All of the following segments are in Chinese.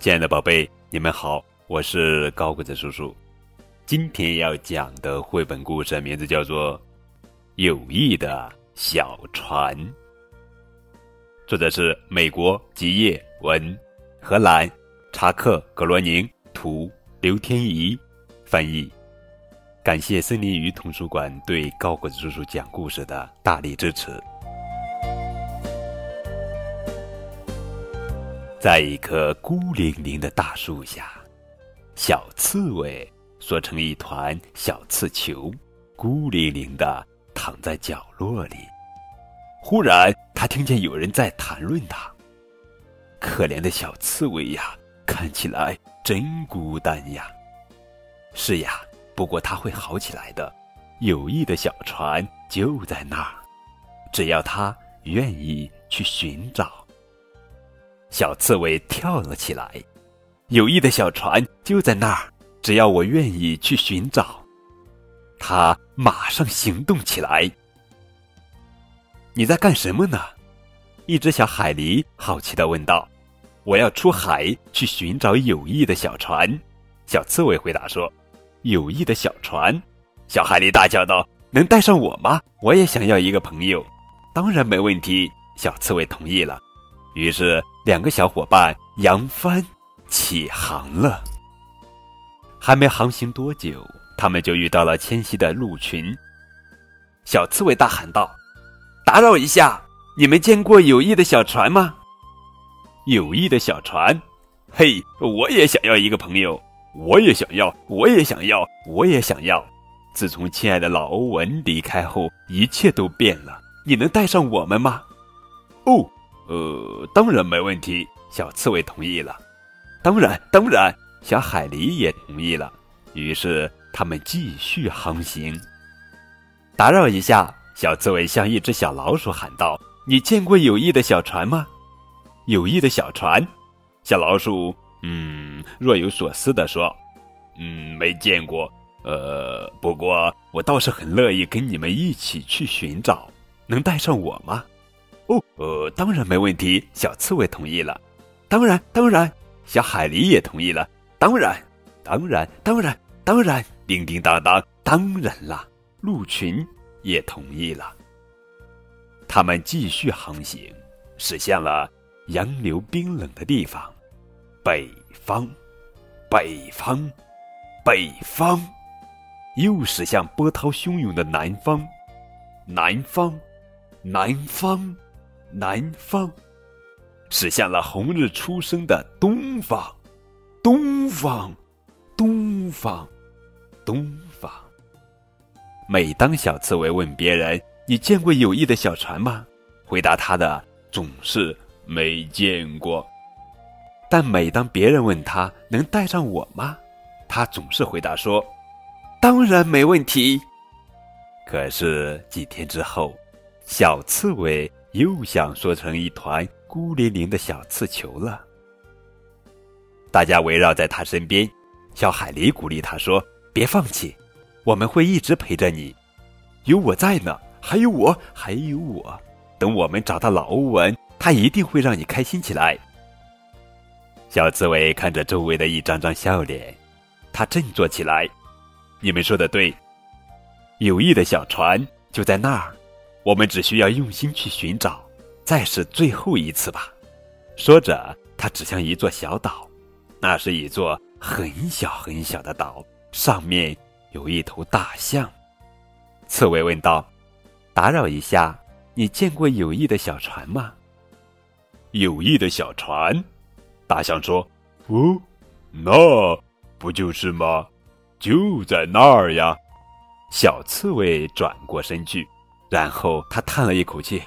亲爱的宝贝，你们好，我是高个子叔叔。今天要讲的绘本故事名字叫做《友谊的小船》，作者是美国吉叶文，荷兰查克格罗宁图，刘天怡翻译。感谢森林鱼童书馆对高个子叔叔讲故事的大力支持。在一棵孤零零的大树下，小刺猬缩成一团小刺球，孤零零地躺在角落里。忽然他听见有人在谈论他。可怜的小刺猬呀，看起来真孤单呀。是呀，不过他会好起来的，友谊的小船就在那儿，只要他愿意去寻找。小刺猬跳了起来，友谊的小船就在那儿，只要我愿意去寻找。他马上行动起来。你在干什么呢？一只小海狸好奇地问道。我要出海去寻找友谊的小船。小刺猬回答说。友谊的小船？小海狸大叫道，能带上我吗？我也想要一个朋友。当然没问题，小刺猬同意了。于是两个小伙伴扬帆起航了。还没航行多久，他们就遇到了迁徙的鹿群。小刺猬大喊道，打扰一下，你们见过友谊的小船吗？友谊的小船？嘿，我也想要一个朋友。我也想要，我也想要，我也想要。自从亲爱的老欧文离开后，一切都变了。你能带上我们吗？哦，当然没问题，小刺猬同意了。当然，小海狸也同意了。于是他们继续航行。打扰一下，小刺猬向一只小老鼠喊道，你见过友谊的小船吗？友谊的小船？小老鼠若有所思地说，没见过，不过我倒是很乐意跟你们一起去寻找，能带上我吗？当然没问题，小刺猬同意了。当然，小海狸也同意了。当然，叮叮当当，当然啦，鹿群也同意了。他们继续航行，驶向了洋流冰冷的地方。北方，又驶向波涛汹涌的南方，驶向了红日初升的东方。每当小刺猬问别人，你见过友谊的小船吗？回答他的总是没见过。但每当别人问他能带上我吗？他总是回答说，当然没问题。可是几天之后，小刺猬又想缩成一团孤零零的小刺球了。大家围绕在他身边，小海狸鼓励他说，别放弃，我们会一直陪着你，有我在呢，还有我，等我们找到老欧文，他一定会让你开心起来。小刺猬看着周围的一张张笑脸，他振作起来。你们说的对，友谊的小船就在那儿，我们只需要用心去寻找，再是最后一次吧。说着，他指向一座小岛，那是一座很小很小的岛，上面有一头大象。刺猬问道，打扰一下，你见过友谊的小船吗？友谊的小船？大象说，那不就是吗？就在那儿呀。小刺猬转过身去，然后他叹了一口气，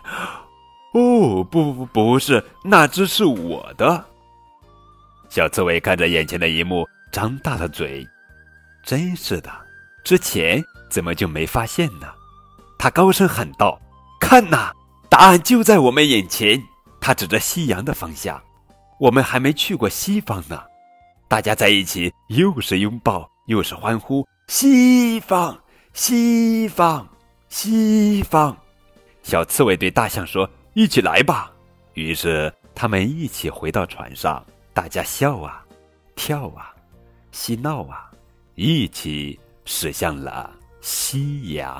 不是，那只是我的。小刺猬看着眼前的一幕，张大了嘴。真是的，之前怎么就没发现呢？他高声喊道，看哪，答案就在我们眼前。他指着夕阳的方向，我们还没去过西方呢。大家在一起，又是拥抱，又是欢呼，西方，西方，西方。小刺猬对大象说，一起来吧。于是他们一起回到船上，大家笑啊， 跳啊，嬉闹啊，一起驶向了夕阳。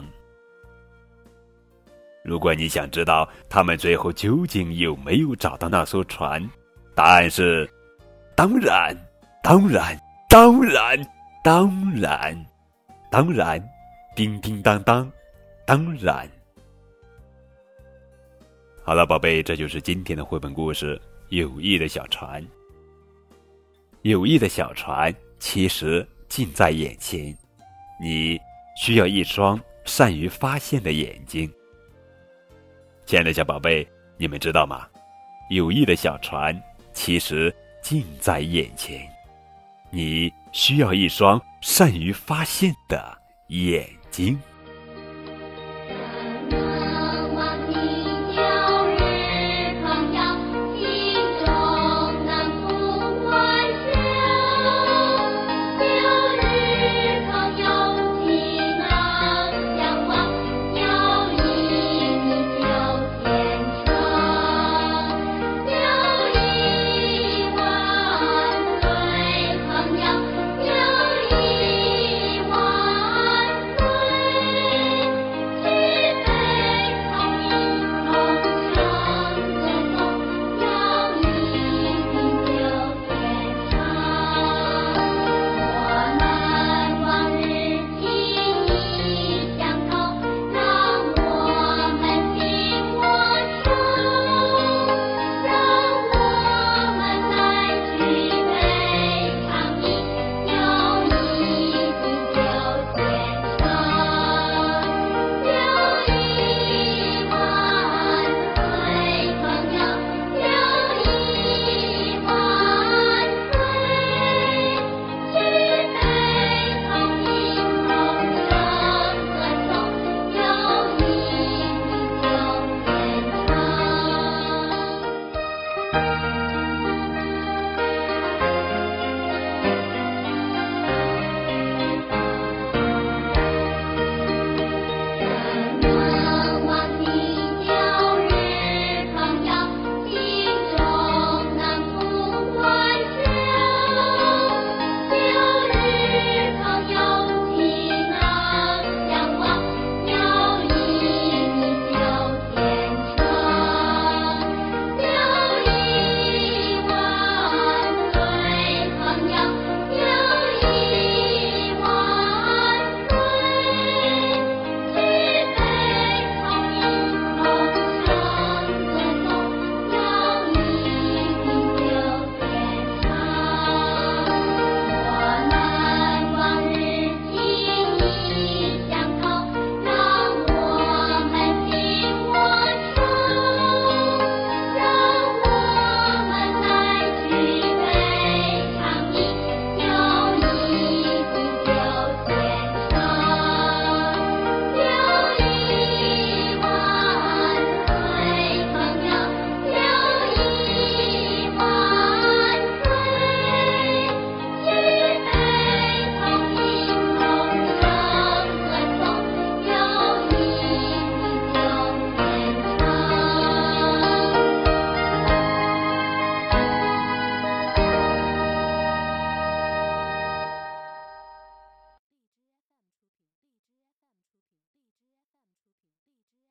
如果你想知道他们最后究竟有没有找到那艘船，答案是当然，当然，当然，当然，当然，叮叮当当，当然。好了，宝贝，这就是今天的绘本故事《友谊的小船》。友谊的小船其实近在眼前，你需要一双善于发现的眼睛。亲爱的小宝贝，你们知道吗？友谊的小船其实近在眼前，你需要一双善于发现的眼睛。